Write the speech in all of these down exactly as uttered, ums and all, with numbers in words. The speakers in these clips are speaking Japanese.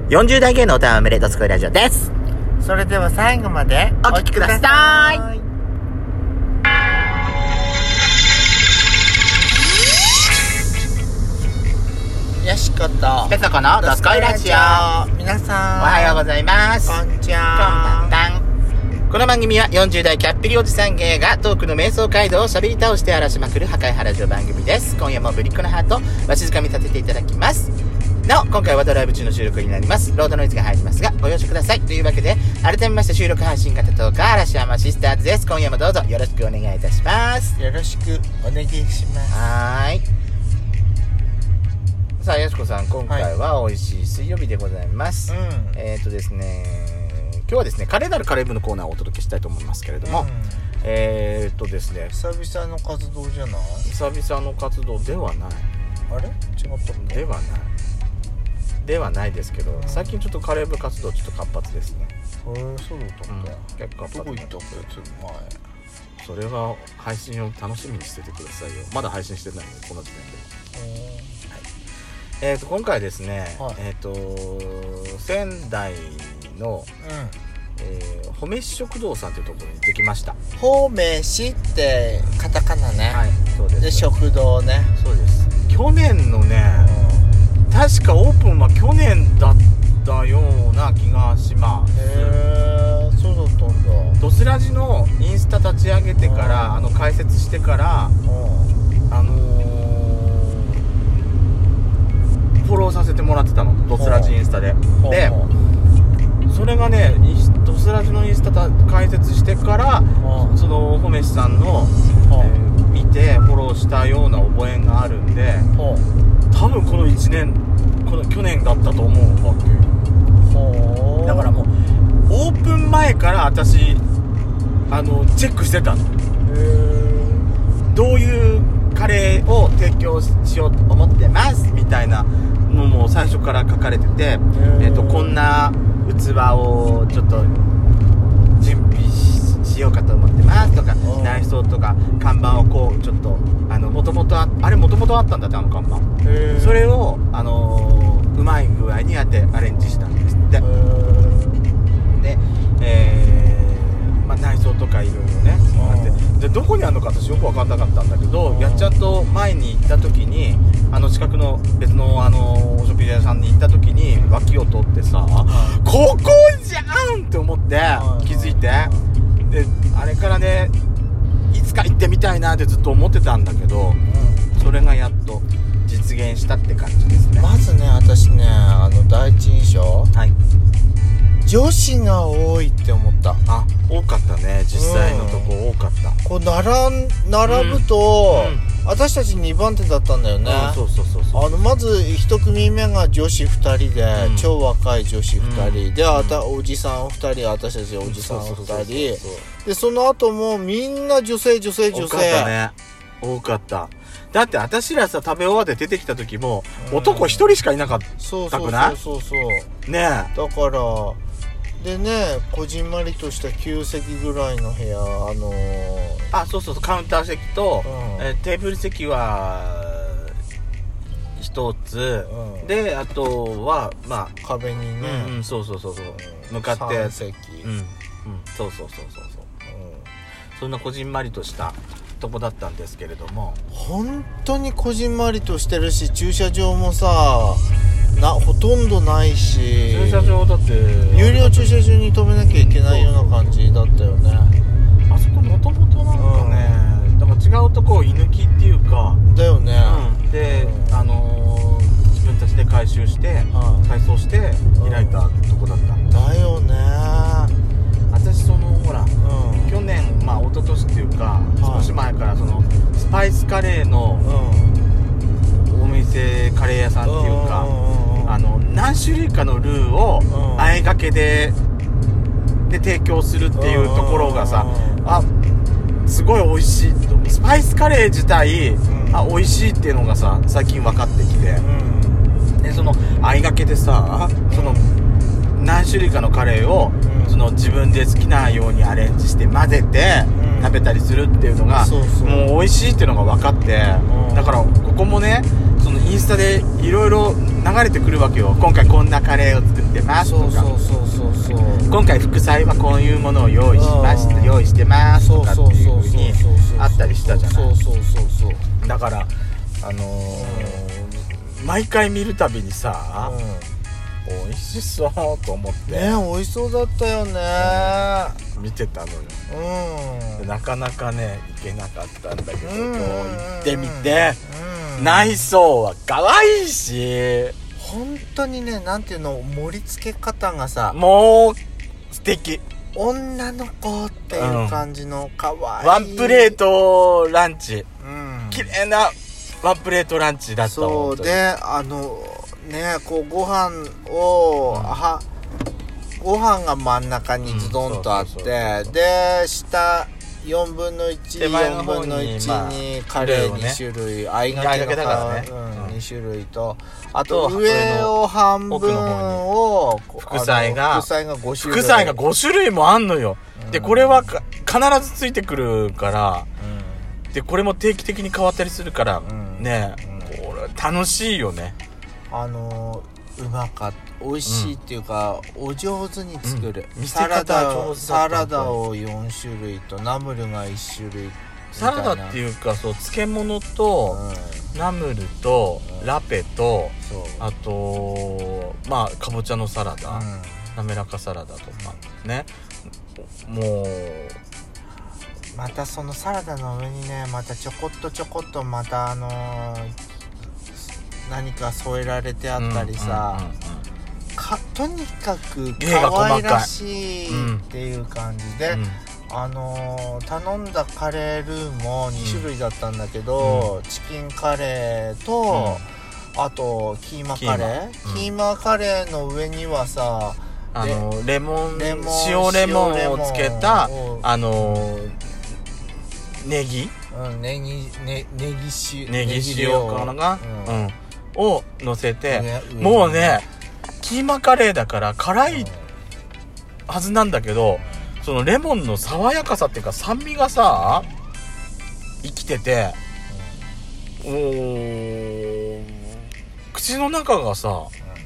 よんじゅう代芸能ターンレドスコイラジオです。 それでは最後までお聞きください。 よしことペソコのドスコイラジオ。 皆さんおはようございます。 こんにちこんばは。 んは。この番組はよんじゅう代キャッピリおじさん芸がトークの瞑想街道を喋り倒して荒らしまくる破壊原城番組です。今夜もぶりっ子のハートわしづかみさせていただきます。なお今回はドライブ中の収録になります。ロードノイズが入りますがご容赦ください。というわけで改めまして収録配信型トーカー嵐山シスターズです。今夜もどうぞよろしくお願いいたします。 よろしくお願いします。 はーい。さあやしこさん、今回は美味しい水曜日でございます、 うん、 えーとですね今日はですねカレーなるカレー部のコーナーをお届けしたいと思いますけれども、うん、えーとですね久々の活動じゃない？ 久々の活動ではない。 あれ？違ったっけ？ ではないではないですけど、うん、最近ちょっとカレー部活動ちょっと活発ですね。 へえ、そうだったっけ、うん、 結構活発。 どこ行ったっけ？前それは配信を楽しみにしててくださいよ。まだ配信してないのでこの時点で。はいえー、と今回ですね、はい、えー、と仙台の、うんえー、ほめし食堂さんというところに行ってきました。 ほめしってカタカナね。 はい、そうです。 で食堂ね。 そうです。去年のね、うん、確かオープンは去年だったような気がします。 へえ、そうだったんだ。 ドスラジのインスタ立ち上げてから、うん、あの開設してから、うん、あのーフォローさせてもらってたの、ドスラジインスタで。でそれがねドスラジのインスタ開設してからそのほめしさんの、えー、見てフォローしたような覚えがあるんで、多分このいちねんこの去年だったと思うわけ。だからもうオープン前から私あのチェックしてたの。どういうカレーを提供しようと思ってますみたいなのも最初から書かれてて、えーとこんな器をちょっと準備 し, しようかと思ってますとか、内装とか看板をこうちょっとあの元々 あ, あれ元々あったんだって、あの看板。それをあのー、うまい具合にやってアレンジしたんですって。で、えーまあ、内装とかいろいろねでどこにあるのか私よく分かんなかったんだけど、やっちゃんと前に行った時にあの近くの別のあのお食事屋さんに行った時に脇を通ってさ、ここじゃんって思って気づいて、であれからねいつか行ってみたいなってずっと思ってたんだけど、それがやっと実現したって感じですね。 まずね私ねあの第一印象、はい、女子が多いって思った。 あ、多かったね。実際のとこ多かった。 こう並ん並ぶと、うんうん、私たちにばん手だったんだよね。 うん、そうそうそうそう。 あのまずいち組目が女子ふたりで、うん、超若い女子ふたり、うん、であたおじさんふたり、私たちおじさんふたりで、その後もみんな女性女性女性。 多かったね。多かった。だって私らさ食べ終わって出てきた時も、うん、男ひとりしかいなかったくない？ そうそうそうそうそうねえ。だからでね、こじんまりとしたきゅう席ぐらいの部屋、あのー、 あ、そうそうそう、カウンター席と、うんえー、テーブル席は一つ、うん、であとはまあ壁にね、 うんうん、そうそうそうそう、うん、向かってさん席、 うんうん、そうそうそうそうそう、うん、そんなこじんまりとしたとこだったんですけれども、 本当にこじんまりとしてるし、駐車場もさなほとんどないし、 駐車場だって有料駐車場に止めなきゃいけないような感じだったよね。 あそこもともとなんかね、うん、だから違うとこを居抜きっていうかだよね、 うん、で、うん、あのー、自分たちで改修して、はい、改装して開いたとこだったんだ、 だよね。 私そのほら、うん、去年まあ一昨年っていうか、はい、少し前からそのスパイスカレーの、うん、お店カレー屋さんっていうか、うん、あの何種類かのルーをあえがけでで提供するっていうところがさ、あすごい美味しい。スパイスカレー自体、うん、あ美味しいっていうのがさ最近分かってきて、うん、でそのあいがけでさ、その何種類かのカレーを、うん、その自分で好きなようにアレンジして混ぜて、うん、食べたりするっていうのが、そうそうもう美味しいっていうのが分かって、うん、だからここもねそのインスタでいろいろ流れてくるわけよ。今回こんなカレーを作ってものを用意しました、用意してますとかっていう風にあったりしたじゃない。 そうそうそうそうだからあのー、毎回見るたびにさ、うん、美味しそうと思ってね、美味しそうだったよね、 うん、見てたのよ、うん、なかなかね行けなかったんだけど、うん、行ってみて、うん、内装は可愛いし本当にね、なんていうの、盛り付け方がさもう素敵、 女の子っていう感じの可愛い、うん、 ワンプレートランチ、うん、綺麗なワンプレートランチだった。 そうで、あのね、こうご飯を、うん、はご飯が真ん中にズドンとあって、で下よんぶんのいち、よんぶんのいちにカレーに種類、あいがけのからね、うん、に種類と、あと上を半分を副菜が副菜がご種類、 副菜がご種類もあんのよ、うん、でこれは必ずついてくるから、うん、でこれも定期的に変わったりするから、うん、ね、うん、これ楽しいよね。 あのうまかった、美味しいっていうか、うん、お上手に作る、 うん、 サラダサラダをよん種類とナムルがいち種類、 サラダっていうか、そう漬物と、うん、ナムルと、うん、ラペと、あとまあかぼちゃのサラダ、うん、滑らかサラダとかね、もうまたそのサラダの上にね、またちょこっとちょこっとまたあのー、何か添えられてあったりさ、うんうんうんうん、かとにかく可愛らしいっていう感じで、うん、あのー、頼んだカレールーもに種類だったんだけど、うん、チキンカレーと、うん、あとキーマカレー、キーマ、うん、キーマカレーの上にはさ、 あのー、レモン、レモン塩レモンをつけたあのー、ネギ、 うん、ネギ、ね、ネギ塩、 ネギ塩かなが、うん、うんを乗せて、もうねキーマカレーだから辛いはずなんだけど、そのレモンの爽やかさっていうか酸味がさ生きてて、おー、口の中がさ、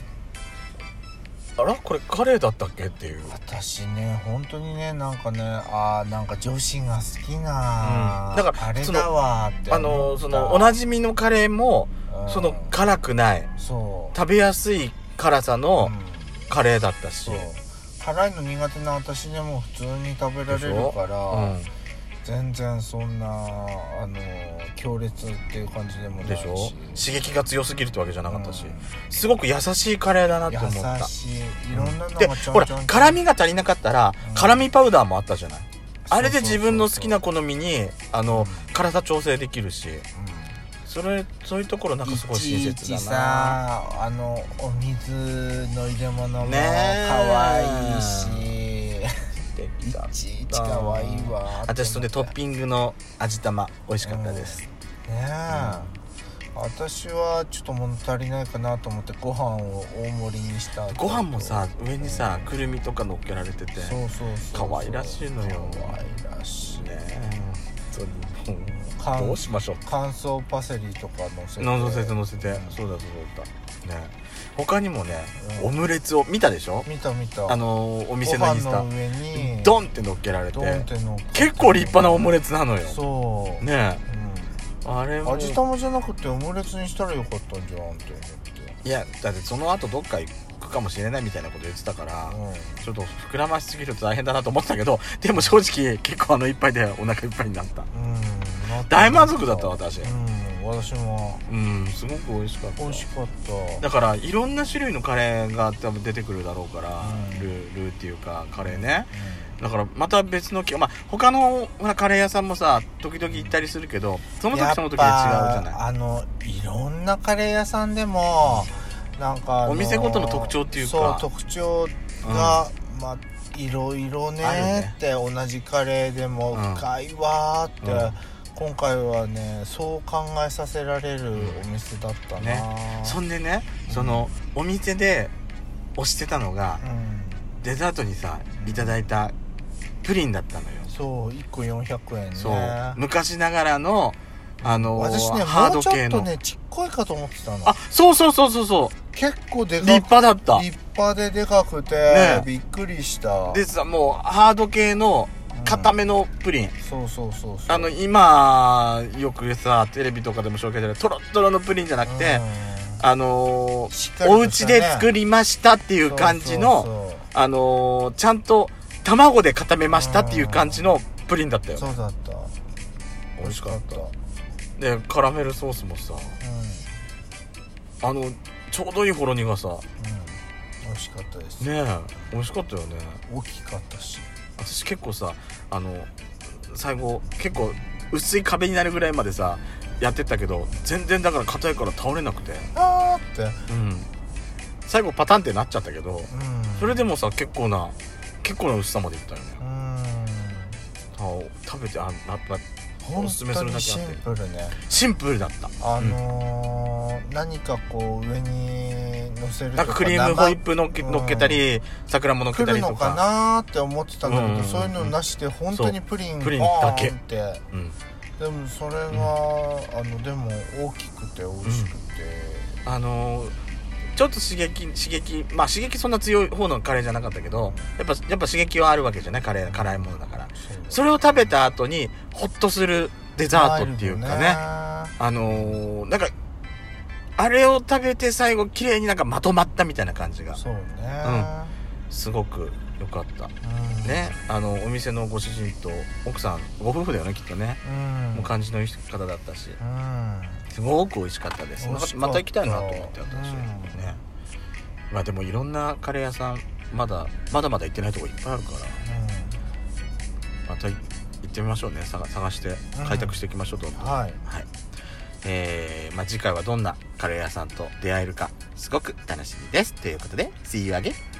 あらこれカレーだったっけっていう。 私ね本当にね、なんかね、あーなんか女子が好きな、うん、だからあれだわってあのそのおなじみのカレーも、うん、その辛くない、そう食べやすい辛さのカレーだったし、うん、 辛いの苦手な私でも普通に食べられるから、うん、全然そんなあの強烈っていう感じでもないし、でしょ、 刺激が強すぎるってわけじゃなかったし、うん、すごく優しいカレーだなって思った。 優しい、いろんなのがちょんちょんでほら辛みが足りなかったら、うん、辛みパウダーもあったじゃない、あれで自分の好きな好みにあの、うん、辛さ調整できるし、うん、それそういうところなんかすごい親切だな。いちいちさあのお水の入れ物も可愛いし、いちいち可愛いわ。 私それでトッピングの味玉美味しかったです、 うん、ねえ、うん、私はちょっと物足りないかなと思ってご飯を大盛りにした。 ご飯もさ上にさ、うん、くるみとか乗っけられてて、 そうそうそう可愛らしいのよ。 可愛らしいね、 うん、どうしましょう。 乾燥パセリとか乗せて乗せて乗せて、うん、そうだそうだね。他にもね、うん、オムレツを見たでしょ。 見た見た。 あのー、お店のインスタご飯の上にドンって乗っけられて、 ドンって乗っけて結構立派なオムレツなのよ。 そうねえ、うん、あれも味玉じゃなくてオムレツにしたらよかったんじゃんって思って。 いやだってその後どっか行くかもしれないみたいなこと言ってたから、うん、ちょっと膨らましすぎると大変だなと思ったけど、でも正直結構あの一杯でお腹いっぱいになった、うん、大満足だった私、うん、 私もうんすごく美味しかった。 美味しかった。 だからいろんな種類のカレーが多分出てくるだろうから、うん、ルールーっていうかカレーね、うん、だからまた別の、まあ、他のカレー屋さんもさ時々行ったりするけど、その時その時で違うじゃない。 あのいろんなカレー屋さんでもなんか、あのー、 お店ごとの特徴っていうか、 そう特徴が、うん、まあいろいろねって、同じカレーでも深いわって、うん、今回はねそう考えさせられるお店だったな、 ね、そんでね、うん、そのお店で推してたのが、うん、デザートにさいただいたプリンだったのよ。 そういっこよんひゃくえんね。 そう昔ながらのあのー、 私ねハード系のもうちょっとねちっこいかと思ってたの。 あそうそうそうそうそう、 結構でかく立派だった。 立端ででかくて、 ね、 びっくりしたでさ、もうハード系の固めのプリン、うん、 そうそうそうそう、 あの今よくさテレビとかでも紹介されるトロットロのプリンじゃなくて、うん、あのーね、お家で作りましたっていう感じの、そうそうそう、あのー、ちゃんと卵で固めましたっていう感じのプリンだったよね。 そうだった。 美味しかった。でカラメルソースもさ、うん、あのちょうどいいほろ苦さ、うん、 美味しかったですね。え美味しかったよね。 大きかったし、 私結構さ、あの最後結構薄い壁になるぐらいまでさやってったけど、全然だから硬いから倒れなくて、 あーって、 うん、最後パタンってなっちゃったけど、うん、それでもさ結構な結構な薄さまでいったよね。うん、食べて、あなおすすめするだけあって、 シンプルね。 シンプルだった。 あのーうん、何かこう上に乗せるとか、 なんかクリームホイップ乗っけ、うん、乗っけたり桜も乗っけたりとか来るのかなーって思ってたんだけど、うんうんうん、そういうのなしで本当にプリンプリンだけって、 うん、でもそれが、うん、あのでも大きくて美味しくて、 うん、あのーちょっと刺激刺激まあ刺激そんな強い方のカレーじゃなかったけど、やっぱやっぱ刺激はあるわけじゃない、カレー辛いものだから。 そ, それを食べた後にホッとするデザートっていうかね、あのー、なんかあれを食べて最後綺麗になんかまとまったみたいな感じが、 そうね、 うん、すごく良かった、うん、ね。あのお店のご主人と奥さんご夫婦だよねきっとね、うん、もう感じのいい方だったし、うん、すごく美味しかったです。また行きたいなと思って私、うんね、まあでもいろんなカレー屋さんまだまだまだ行ってないとこいっぱいあるから、うん、また行ってみましょうね。探して開拓していきましょうと、うん、はい、はい、えーまあ、次回はどんなカレー屋さんと出会えるかすごく楽しみですということで See you again